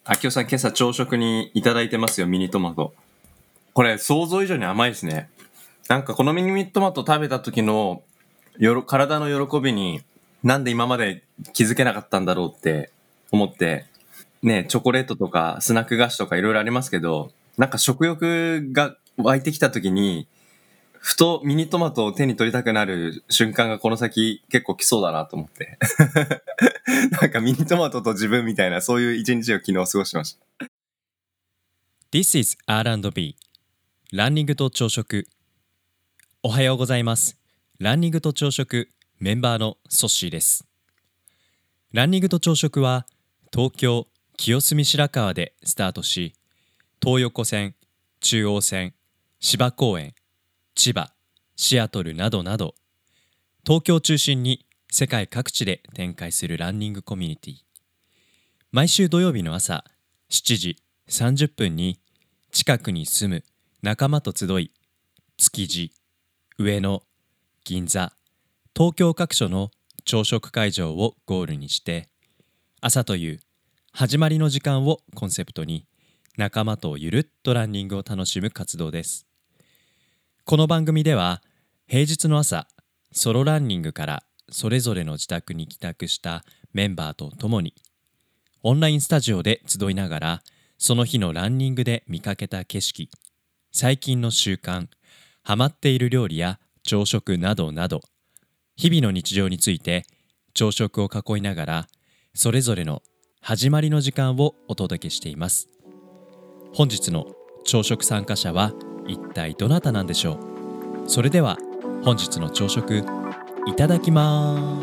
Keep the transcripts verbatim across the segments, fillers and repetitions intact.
あきおさん、今朝朝食にいただいてますよ、ミニトマト。これ想像以上に甘いですね。なんかこのミニトマト食べた時のよろ体の喜びになんで今まで気づけなかったんだろうって思って、ね、チョコレートとかスナック菓子とかいろいろありますけど、なんか食欲が湧いてきた時にふとミニトマトを手に取りたくなる瞬間がこの先結構来そうだなと思ってなんかミニトマトと自分みたいな、そういう一日を昨日過ごしました。 This is アールアンドビー ランニングと朝食。おはようございます。ランニングと朝食メンバーのソッシーです。ランニングと朝食は東京清澄白河でスタートし、東横線、中央線、芝公園、千葉、シアトルなどなど東京を中心に世界各地で展開するランニングコミュニティ。毎週土曜日の朝しちじさんじゅっぷんに近くに住む仲間と集い、築地、上野、銀座、東京各所の朝食会場をゴールにして、朝という始まりの時間をコンセプトに仲間とゆるっとランニングを楽しむ活動です。この番組では平日の朝、ソロランニングからそれぞれの自宅に帰宅したメンバーと共にオンラインスタジオで集いながら、その日のランニングで見かけた景色、最近の習慣、ハマっている料理や朝食などなど、日々の日常について朝食を囲いながら、それぞれの始まりの時間をお届けしています。本日の朝食参加者は一体どなたなんでしょう。それでは本日の朝食いただきます。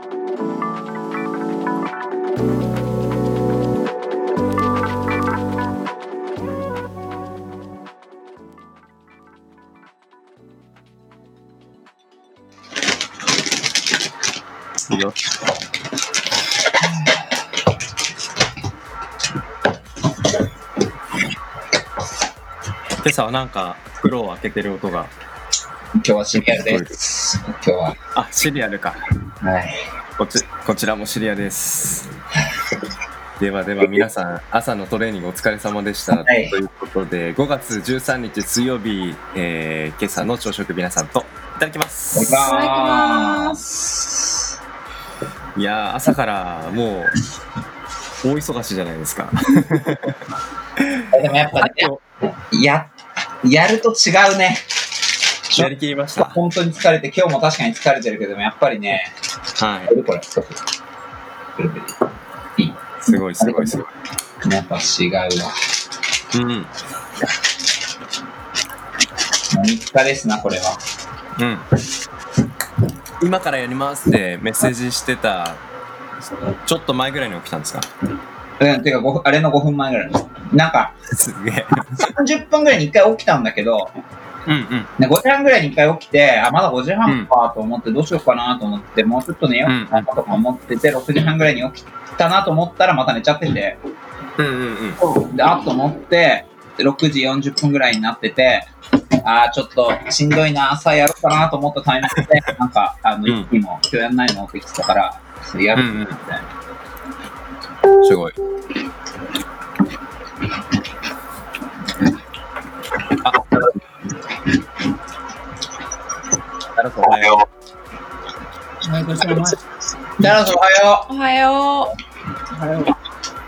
いいよ。今朝はなんか袋を開けてる音が。 今日はシリアルです。今日は。 あ、シリアルか。 はい。 こち、こちらもシリアです。ではでは皆さん、朝のトレーニングお疲れ様でした、はい、ということで、ごがつじゅうさんにち水曜日、えー、今朝の朝食皆さんといただきます。 いただきます。 いやー、朝からもう大忙しじゃないですか。 でもやっぱね、や、やると違うね。 やりきりました。 本当に疲れて、今日も確かに疲れてるけども、やっぱりね、 はい。 これ、いい。 すごいすごいすごい。 やっぱ違うわ。 うん。 日課ですな、これは。 うん。今からやりますってメッセージしてた、ちょっと前ぐらいに起きたんですか？ うん、てか、あれのごふんまえぐらいの。なんか、 すげえ。 さんじゅっぷんぐらいにいっかい起きたんだけど、 うんうん、 でごじはんぐらいにいっかい起きて、あ、まだごじはんかと思って、どうしようかなと思って、もうちょっと寝ようかなとか思ってて、ろくじはんぐらいに起きたなと思ったらまた寝ちゃってて、 うんうんうん、 で、あっと思って、ろくじよんじゅっぷんぐらいになってて、あーちょっとしんどいな、朝やろうかなと思ったタイミングで、なんか、あの、いつも今日やんないのってきてたから、やるみたいな。 うんうん、すごい。あ、ダラスおはよう。 おはようございます。 ダラスおはよう。おはよう。 おはよう。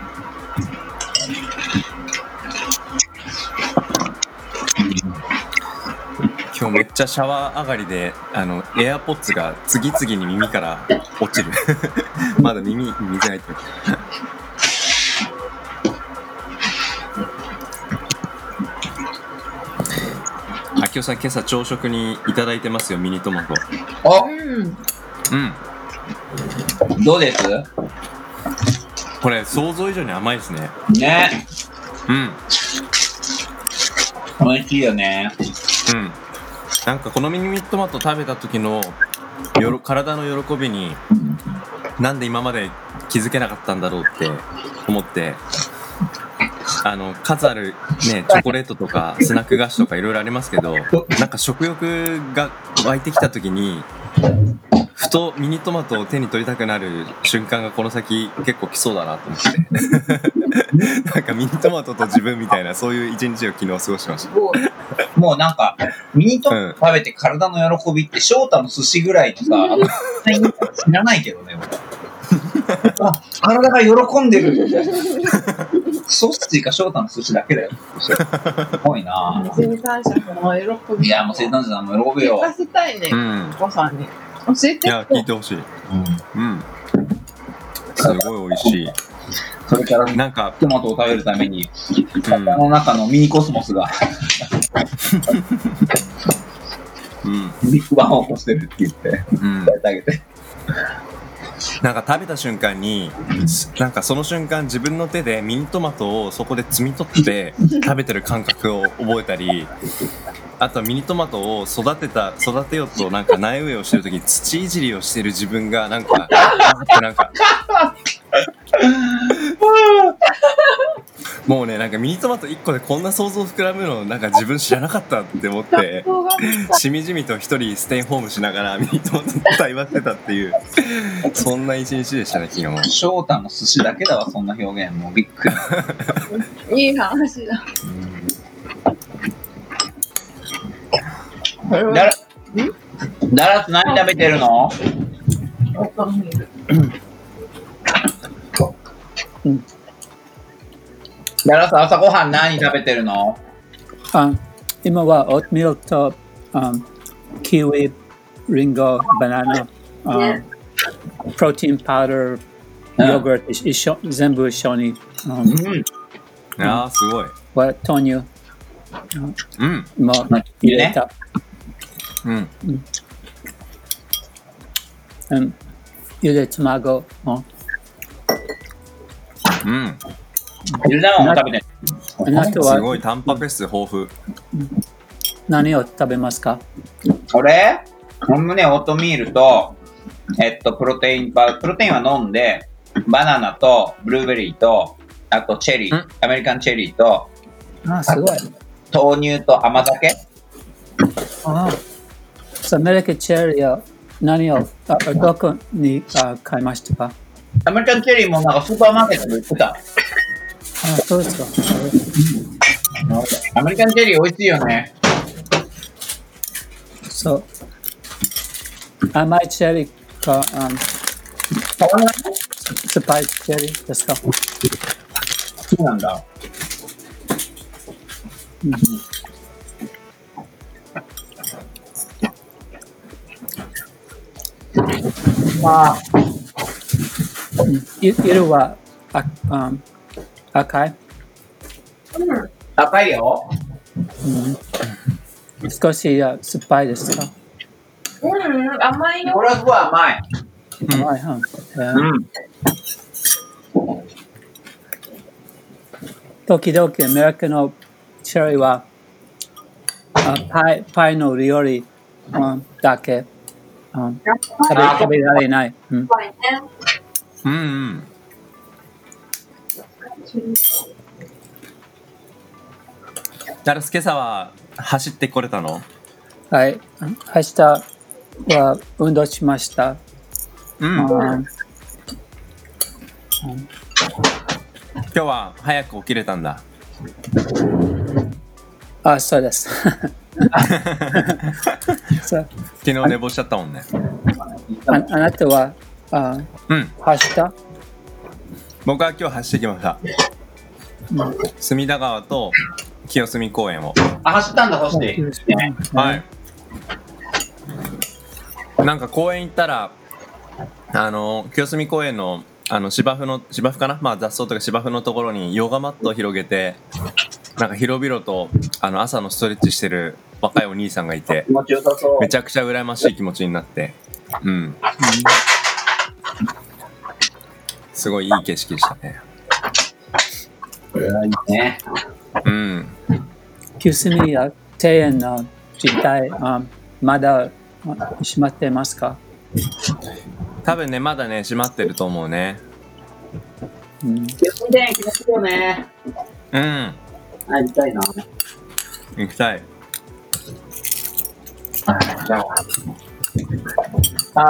今日めっちゃシャワー上がりで、あのエアポッツが次々に耳から落ちる。まだ耳に水入ってる。あきおさん、今朝朝食にいただいてますよ、ミニトマト。 あ、 うん。 うん。どうです？ これ想像以上に甘いですね。 ね。 うん。 美味しいよね。 うん。なんかこのミニトマト食べた時のよろ体の喜びになんで今まで気づけなかったんだろうって思って、あの数あるね、チョコレートとかスナック菓子とかいろいろありますけど、なんか食欲が湧いてきた時にふふとミニトマトを手に取りたくなる瞬間がこの先結構来そうだなと思ってなんかミニトマトと自分みたいなそういう一日を昨日過ごしました。 もうなんか、ミニトマト食べて体の喜びって、翔太の寿司ぐらいのさ、あの知らないけどね、俺。あ、体が喜んでる。ソッシーか翔太の寿司だけだよ。すごいなぁ。 生産者の喜び。 いや、もう生産者さんも喜ぶよ。 聞かせたいね、 うんお子さんに。教えて。 いや聞いてほしい。うんすごい美味しい。 それからなんかトマトを食べるために、体の中のミニコスモスが、 うん、 ビッグバンを起こしてるって言って、 うん伝えてあげて。 なんか食べた瞬間になんかその瞬間自分の手でミニトマトをそこで摘み取って食べてる感覚を覚えたり、あとはミニトマトを育てた育てようとなんか苗植えをしてる時に土いじりをしてる自分がなんかあってなんかもうねなんかミニトマトいっこでこんな想像膨らむのなんか自分知らなかったって思ってしみじみと一人ステイホームしながらミニトマトと対話してたっていうそんな一日でしたね昨日。 翔太の寿司だけだわそんな表現。もうびっくり。 いい話だ。 ダラダラス何食べてるの？ダラス朝ごはん何食べてるの？ あ今はオートミールと、あキウイ、リンゴ、バナナ、あプロテインパウダー、ヨーグルト一緒全部一緒に、あうん。 あーすごい。 は豆乳うんも入れた。 うんうんゆで卵、うんうんゆで卵も食べてる。 あなたはすごいタンパク質豊富。 何を食べますか？ 俺俺もね、オートミールと、えっと、プロテインパ、プロテインは飲んで、バナナと、ブルーベリーと、あとチェリー、 んアメリカンチェリーと、 あすごい。 豆乳と甘酒。 あアメリカチェリーは何をあどこにあ買いましたか？ アメリカンチェリーもなんかスーパーマーケットで売ってた。 あそうですか。 アメリカンチェリー美味しいよね。 そう。甘いチェリーか、あ変わらない？ スパイスチェリーですか？ そうなんだ。まあ、 い色はあ、あ赤い、 高いよ。 うん、少しあ酸っぱいですか？ うん、甘いよ。 これはすごい甘い。 甘い、うんえーうん。 時々アメリカのチェリーはあパイパイの料理、うん、だけ、うん、食べ食べられない。うんうんうんダラス今朝は走ってこれたの？ はい、明日は運動しました。 うんうん今日は早く起きれたんだ。 あ、そうです。そう昨日寝坊しちゃったもんね。 ああなたはあうん走った僕は今日走ってきました。隅田川と清澄公園を。 あ、走ったんだ、星。 はい。なんか公園行ったらあの清澄公園のあの芝生の芝生かな、まあ雑草とか芝生のところにヨガマットを広げてなんか広々とあの朝のストレッチしてる若いお兄さんがいて気持ちよさそう。 めちゃくちゃ羨ましい気持ちになってうん、うん、すごいいい景色でしたね。 これはいいね。 うん清澄や庭園の自体あまだあ閉まってますか？ 多分ねまだね閉まってると思うね。 うん清澄殿気持ちいいよね。 うん入りたいな。 行きたい。 じゃあ、 あ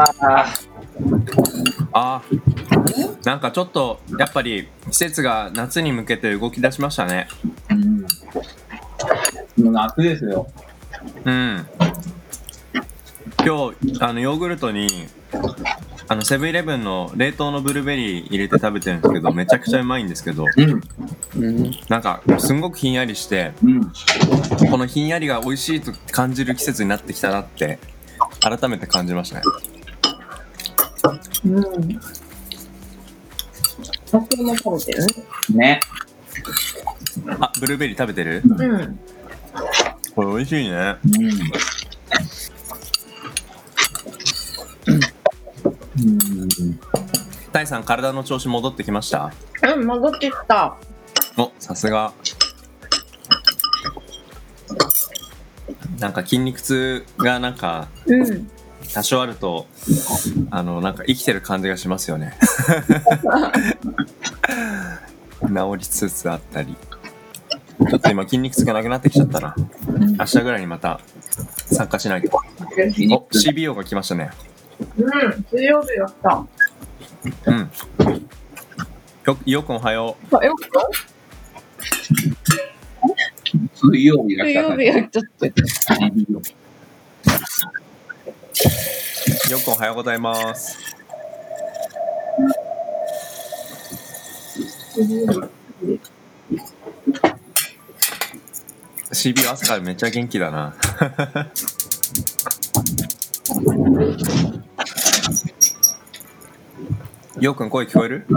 あー、なんかちょっとやっぱり季節が夏に向けて動き出しましたね。 ー、うん。もう夏ですよ。 うん。今日あのヨーグルトにあのセブンイレブンの冷凍のブルーベリー入れて食べてるんですけど、めちゃくちゃうまいんですけど、 うん。 うん。 なんかすんごくひんやりして、 うん。 このひんやりが美味しいと感じる季節になってきたなって改めて感じましたね。 うん。僕も食べてるね。 あ、ブルーベリー食べてる？ うん。 これ美味しいね。 うん。うん。 タイさん、体の調子戻ってきました？ うん、戻ってきた。 お、さすが。なんか筋肉痛がなんかうん。 多少あると、あのなんか生きてる感じがしますよね。治りつつあったり。ちょっと今筋肉痛がなくなってきちゃったな。明日ぐらいにまた参加しないと。お、シービーオー が来ましたね。 うん、水曜日やった。 うん。よ、よくおはよあ、よく水曜日が水来たから。 曜日やっちゃって。 う。よくおはようございます。シービーオー 朝からめっちゃ元気だな。ようくん声聞こえる？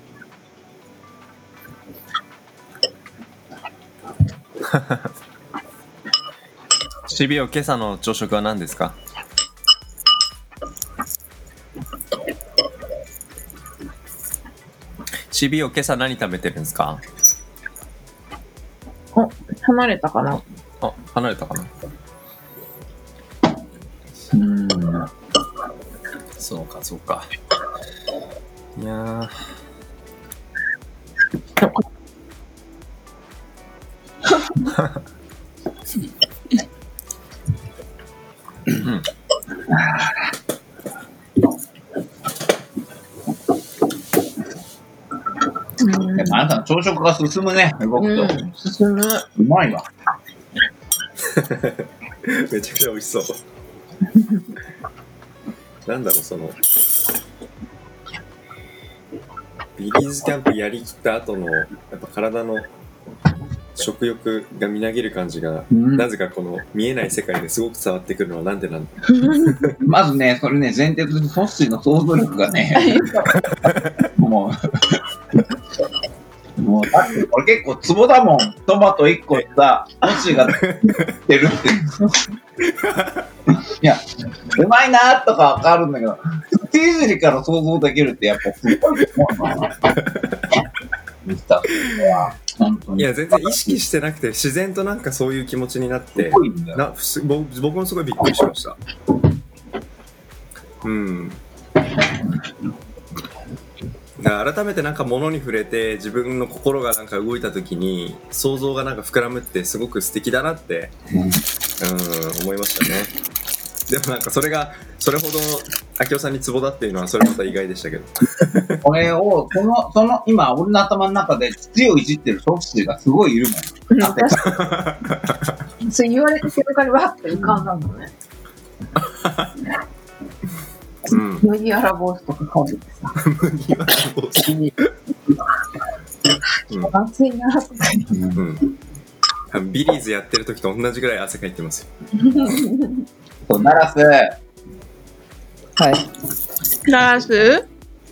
シービーオー 今朝の朝食は何ですか？シービーオー 今朝何食べてるんですか？ お、離れたかな。 あ、離れたかな。 うん。 そうかそうか。いやー。うん。 でもあなたの朝食が進むね、動くと。 うん、進む。 うまいわ。 めちゃくちゃ美味しそう。なんだろう、そのビリーズキャンプやりきった後のやっぱ体の食欲がみなぎる感じが、 うん、 なぜかこの見えない世界ですごく伝わってくるのはなんでなんだ。 まずね、それね、前提としてソッシーの想像力がね、もう、もうだってこれ結構ツボだもん。トマトいっこさ、ソッシーが出るって。いや、うまいなとかわかるんだけど、Tじりから想像できるってやっぱすごいと思うな。ミスターは本当に。 いや全然意識してなくて自然となんかそういう気持ちになってな僕僕もすごいびっくりしました。うんだから改めてなんか物に触れて自分の心がなんか動いた時に想像がなんか膨らむってすごく素敵だなって、うん、うん思いましたね。でもなんかそれがそれほど明夫さんにツボだっていうのはそれまた意外でしたけど。 これをそのその今俺の頭の中で土をいじってるソフシーがすごいいるもん。 そう言われて瞬間にわって浮かんだもんね。 うん。 麦わら帽子とか買うてさ。 麦わら帽子。 暑いなとか。 うん。ビリーズやってる時と同じぐらい汗かいてますよ。 そうナラス。 はい。 ナラス？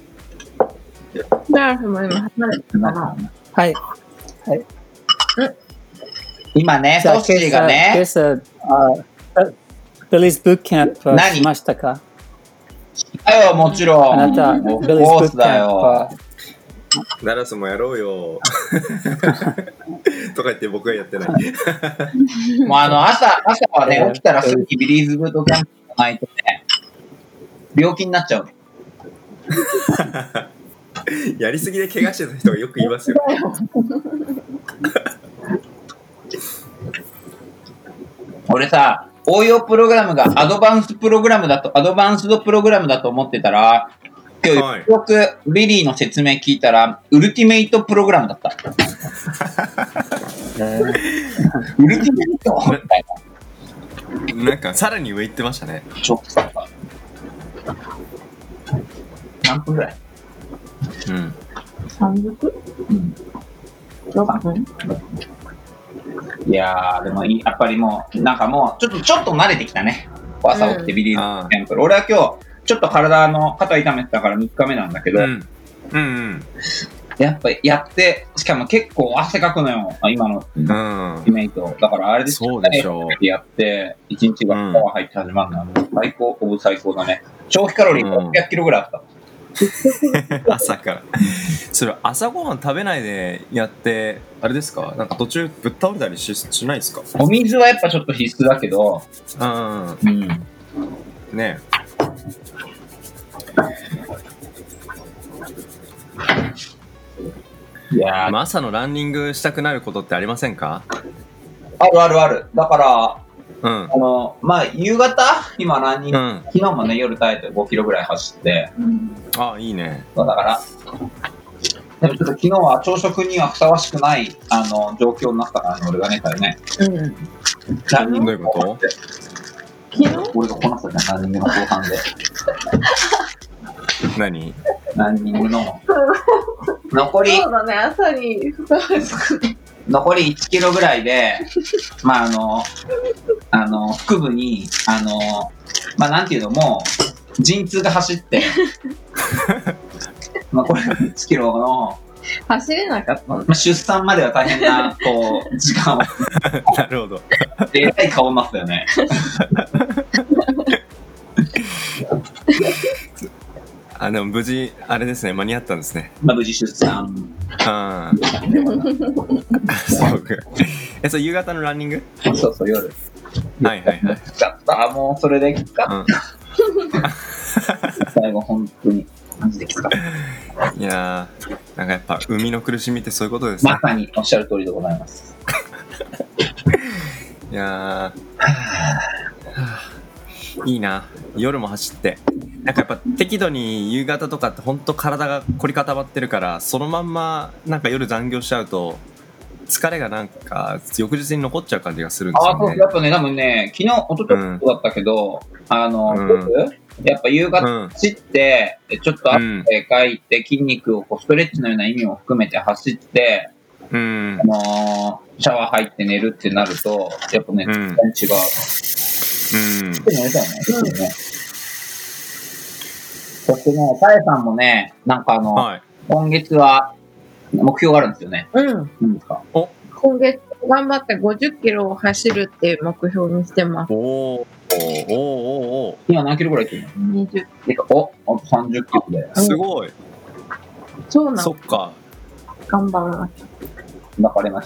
ナラスも今離れてたかな。 はい。はい。 今ね、ソッシーがね。 今朝、ビリーズブートキャンプしましたか？ だよ、もちろん。 あなた、ビリーズブートキャンプはナラスもやろうよとか言って僕はやってない。 もうあの朝、朝はね、起きたらすぐにビリーズブートキャンプがないとね、病気になっちゃう。 やりすぎで怪我してた人がよく言いますよ。 俺さ、 応用プログラムがアドバンスプログラムだと、アドバンスドプログラムだと思ってたら、今日よくビリーの説明聞いたら、ウルティメイトプログラムだった。ウルティメイトみたいな。なんかさらに上行ってましたね。 ちょっと何分ぐらい？ うん。 さんじゅっぷん？うん。ろっぷん？ いやー、でもいい、やっぱりもう、なんかもう、ちょっと、ちょっと慣れてきたね。朝起きてビリーのテンプル。俺は今日、ちょっと体の肩痛めてたからみっかめなんだけど、 うん。うんうん。 やっぱりやって、しかも結構汗かくのよ、今のイメイト。だからあれでそうでしょう。 やって、いちにちがパワー入って始まるのは、最高、オブ最高だね。消費カロリーろっぴゃくキロぐらいあった。 朝から。それ朝ごはん食べないでやって、あれですか？なんか途中ぶっ倒れたり し, しないですか？ お水はやっぱちょっと必須だけど、 うん。うん。ねいやー、 朝のランニングしたくなることってありませんか？ あるあるある。だから、 うん、 あの、まあ、夕方、今ランニング、うん、昨日もね、夜耐えてごキロぐらい走って、 うん、ああ、いいね。 そうだから、でもちょっと昨日は朝食にはふさわしくない、あの、状況になったからね、俺がね、これね。 うん。 ランニングどういうこと？ 昨日俺がこなすじゃん、ランニングの後半で。 何？ ランニングの、残り、 そうだね、朝にふさわしくない。 残りいちキロぐらいで、まああの、あの、腹部に、あの、まあなんていうのも、陣痛が走って、まあこれいちキロの、 走れなかったの、 まあ、出産までは大変な、こう、時間を。 なるほど。 えらい顔になったよね。 あ、でも無事、あれですね、間に合ったんですね。 まあ無事出産。 ああ。そうか。え、そう、夕方のランニング？ そうそう、夜。 はいはいはい。 きつかった。もうそれできつかった。うん、最後、本当に、マジできつかった。 いやー、なんかやっぱ、海の苦しみってそういうことですね。 まさにおっしゃる通りでございます。 いやー、いいな。夜も走って。なんかやっぱ適度に夕方とかって本当体が凝り固まってるから、そのまんまなんか夜残業しちゃうと疲れがなんか翌日に残っちゃう感じがするんですよね。 ああ、そう、やっぱね、多分ね、昨日、一昨日そうだったけど、うん、あの、うん、やっぱ夕方走って、うん、ちょっと汗かいて筋肉をこうストレッチのような意味も含めて走って、うん、あのー、シャワー入って寝るってなると、やっぱね、全然違う。うん。寝たよね。うんね。そしてね、さえさんもね、なんかあの、はい、今月は目標があるんですよね。 うん。 何ですか？ お今月頑張ってごじゅっキロを走るっていう目標にしてます。 おーおーおーおー今何キロぐらいいってるの？ にじゅう。 お、あとさんじゅっキロで。 すごい。 そうなん。 そっか。 頑張りました。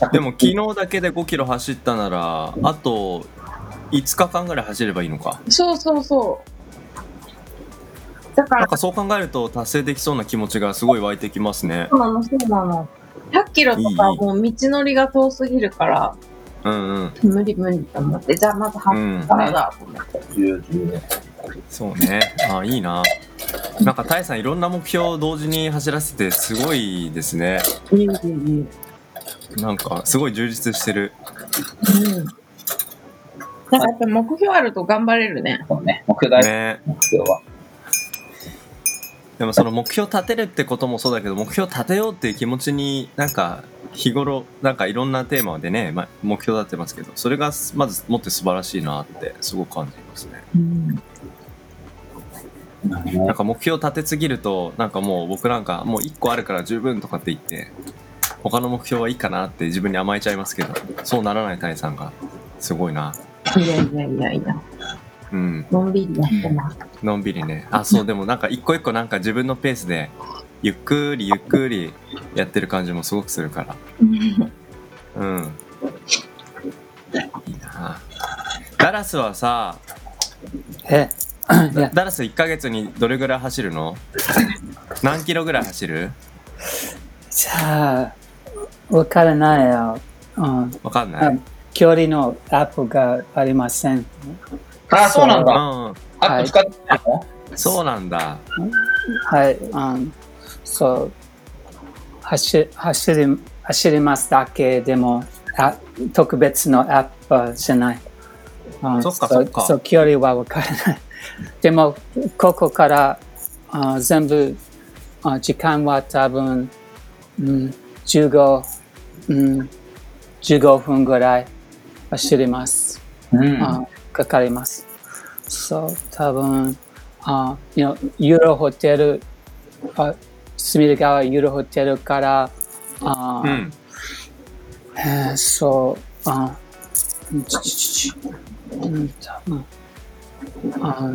でも昨日だけでごキロ走ったなら、あといつかかんぐらい走ればいいのか。 そうそうそう。 だからなんかそう考えると達成できそうな気持ちがすごい湧いてきますね。 そうなの、そうなの。ひゃっキロとかもう道のりが遠すぎるから、 うんうん、 無理無理と思って、じゃあまず走ったらだと思って。うん、 そうね。あ、いいな。なんかタイさんいろんな目標を同時に走らせてすごいですね。 いいいいいい。 なんかすごい充実してる。 うん。なんかやっぱ目標あると頑張れるね。 そうね。目標大事。ね、目標は。 でもその目標立てるってこともそうだけど、目標立てようっていう気持ちになんか日頃なんかいろんなテーマでね、ま、目標立てますけど、それがまずもって素晴らしいなってすごく感じますね。うん、なんか目標立てすぎるとなんかもう僕なんかもういっこあるから十分とかって言って他の目標はいいかなって自分に甘えちゃいますけど、そうならないタイさんがすごいな。 いやいやいやいや。うん、のんびりやってます。 のんびりね。あ、そう、でもなんか一個一個なんか自分のペースでゆっくりゆっくりやってる感じもすごくするから。うん。いいな。ダラスはさ、 えダ, ダラスいっかげつにどれぐらい走るの？何キロぐらい走る？ じゃあ、わからないよ。うん。 わかんない。 距離のアップがありません。 あ、そうなんだ。 うん。 アップ使ってないの？ そうなんだ。 はい、うん、そう走走り走りますだけでもあ特別のアップじゃない。うん、 そっかそっか。 そう距離は分からない。でもここからあ全部あ時間は多分、うん、じゅうご、うん、じゅうごふんぐらい走ります。 うん、 あかかります。そう多分あ、you know、ユーロホテルあ隅田川ユーロホテルからあ、 うんえー、そうあうんちちちうん多分あ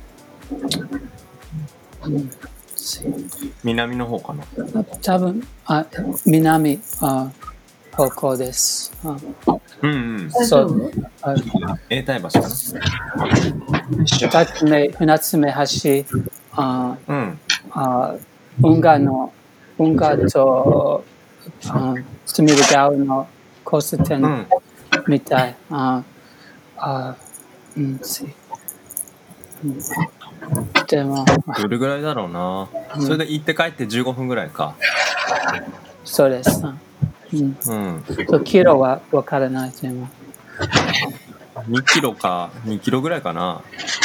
うん南の方かな。 多分あ南あ方向です。あうんうん。 そうあ永代橋か二つ目二つ目橋あな。うん。 あ運河の運河とあ隅田川の交差点うん。 みたい。ああうんしうんでもどれぐらいだろうな。それで行って帰ってじゅうごふんぐらいか。 そうです。うんうん。 そうキロは分からないでもにキロかにキロぐらいかな。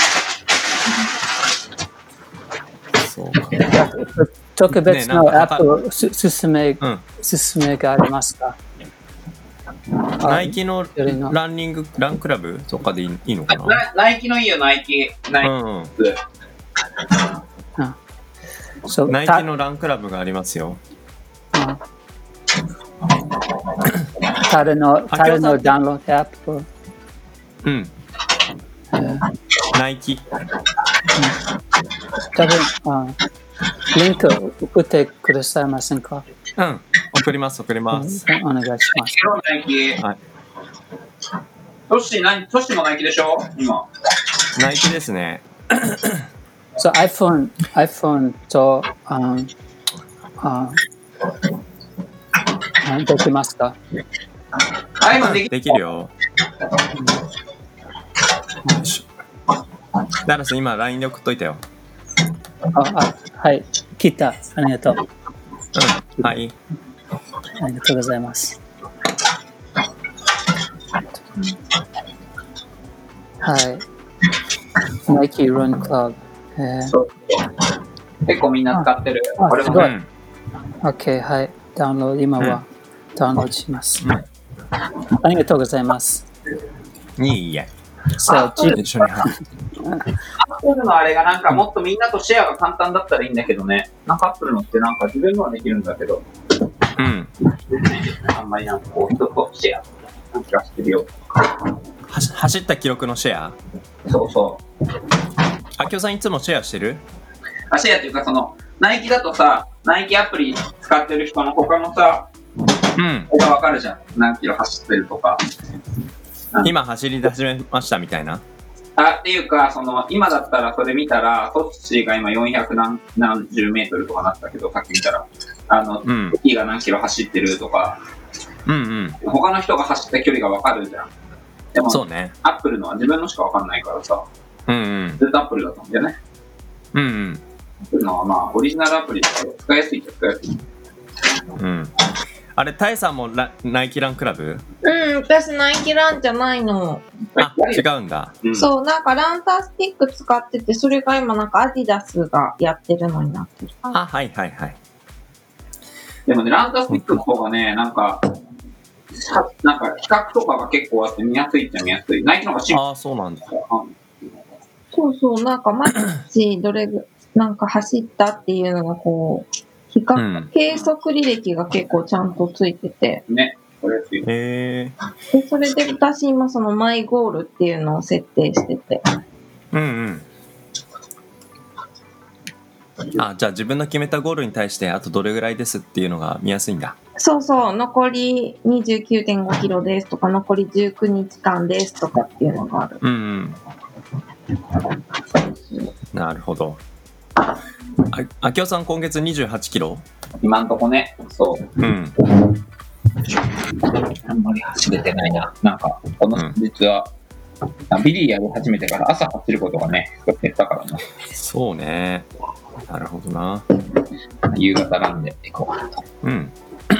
そうか。 特別のアップをす進め、 うん。 進めがありますか？ ナイキのよりのランニングランクラブとかでいいいいのかな。 ナナイキのいいよ、ナイキ。ナイキ。 うん。 そうナイキのランクラブがありますよ。 た彼の彼のダウンロードアップ。 うん。 えーナイキ。 多分あリンク送ってくださいませんか？ うん。送ります送ります。 お願いします。 ナイキ。 はい。 トッシー、何トッシーもナイキでしょ今。 ナイキですね。 そう iPhone iPhone とあああできますか？ あ、今できできるよ。よいしょ。ダラス今 ライン で送っといたよ。 ああはい来たありがとううん。はい。 ありがとうございます。はいナイキランクラブ。えーそう結構みんな使ってる。 あこれもすごいうん OK はいダウンロード今はダウンロードします。 うんありがとうございます。 いいえ。 そうじ一緒に入る。 アップルのあれがなんかもっとみんなとシェアが簡単だったらいいんだけどね。なんかアップルのってなんか自分のはできるんだけど、 うん。 あんまりなんかこう人とシェアなんかしてるよ。 はし走った記録のシェア。 そうそう。 あきおさんいつもシェアしてる？ あ、シェアっていうかその、ナイキだとさ、ナイキアプリ使ってる人の他のさ、 うん。 ここがわかるじゃん。何キロ走ってるとか。 今走り始めましたみたいな。 あ、っていうか、その、今だったらそれ見たら、トッシーが今よんひゃく何、何十メートルとかなったけど、さっき見たら、あの、 うんトッキーが何キロ走ってるとか、 うん他の人が走った距離がわかるじゃん。でうん。 も、 そうね。 アップルのは自分のしかわかんないからさ、 うんうん。 ずっとアップルだったんだよね。 うんうん。 アップルのはまあ、オリジナルアプリだから使いやすいっちゃ使いやすい。 うん。あれ、タイさんもラナイキランクラブ？ うん、私ナイキランじゃないの。 あ、違うんだ。 うん、 そう、なんかランタースティック使ってて、それが今なんかアディダスがやってるのになってる。 あ、はいはいはい。 でもね、ランタースティックの方がね、なんか、はなんか比較とかが結構あって見やすいっちゃ見やすい。ナイキの方がシンプルああ、そうなんだ。 そうそう、なんか毎日どれぐ、なんか走ったっていうのがこう、比較、 うん計測履歴が結構ちゃんとついてて、 ね。これへえ。 でそれで私今そのマイゴールっていうのを設定してて、 うんうん。あ、じゃあ自分の決めたゴールに対してあとどれぐらいですっていうのが見やすいんだ。 そうそう、残り にじゅうきゅうてんごキロですとか、残りじゅうくにちかんですとかっていうのがある。 うんうん。なるほど。あ、あきおさん今月にじゅうはちキロ？ 今んとこね、そう。 うん。 んまり走れてないな。なんか、この数日は、うん、ビリーやり始めてから朝走ることがね、減ったからな。 そうね。なるほどな。 夕方ランで行こうかなと。 うん。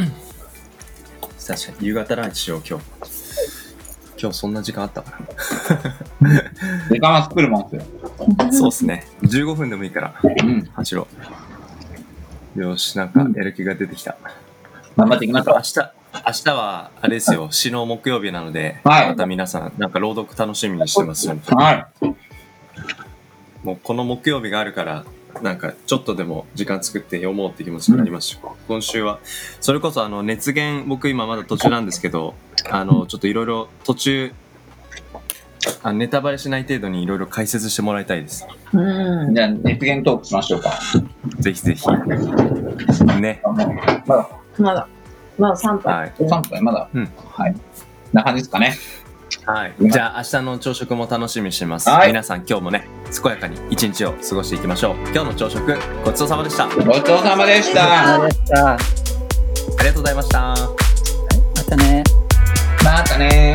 確かに夕方ランチしよう、今日。今日そんな時間あったかな。時間は作るもんですよ。 そうっすね。じゅうごふんでもいいから、うん、走ろう。よし、なんかやる気が出てきた。 頑張っていきましょう。 明日、明日はあれですよ、詩の木曜日なので、 はい、 また皆さん、なんか朗読楽しみにしてますよ。 はい。 もうこの木曜日があるから、なんかちょっとでも時間作って読もうって気持ちになりますよ、うん、今週はそれこそあの熱源僕今まだ途中なんですけどあのちょっといろいろ途中あネタバレしない程度にいろいろ解説してもらいたいです。 うんじゃあ熱源トークしましょうか。 ぜひぜひね。 まだまだまださんぷん、 はい、さんぷんまだ、 うん、 はいな感じですかね。 はい、じゃあ明日の朝食も楽しみにしてます、はい、皆さん今日もね健やかに一日を過ごしていきましょう。今日の朝食ごちそうさまでした。 ごちそうさまでした。 ありがとうございました。 またねまたね。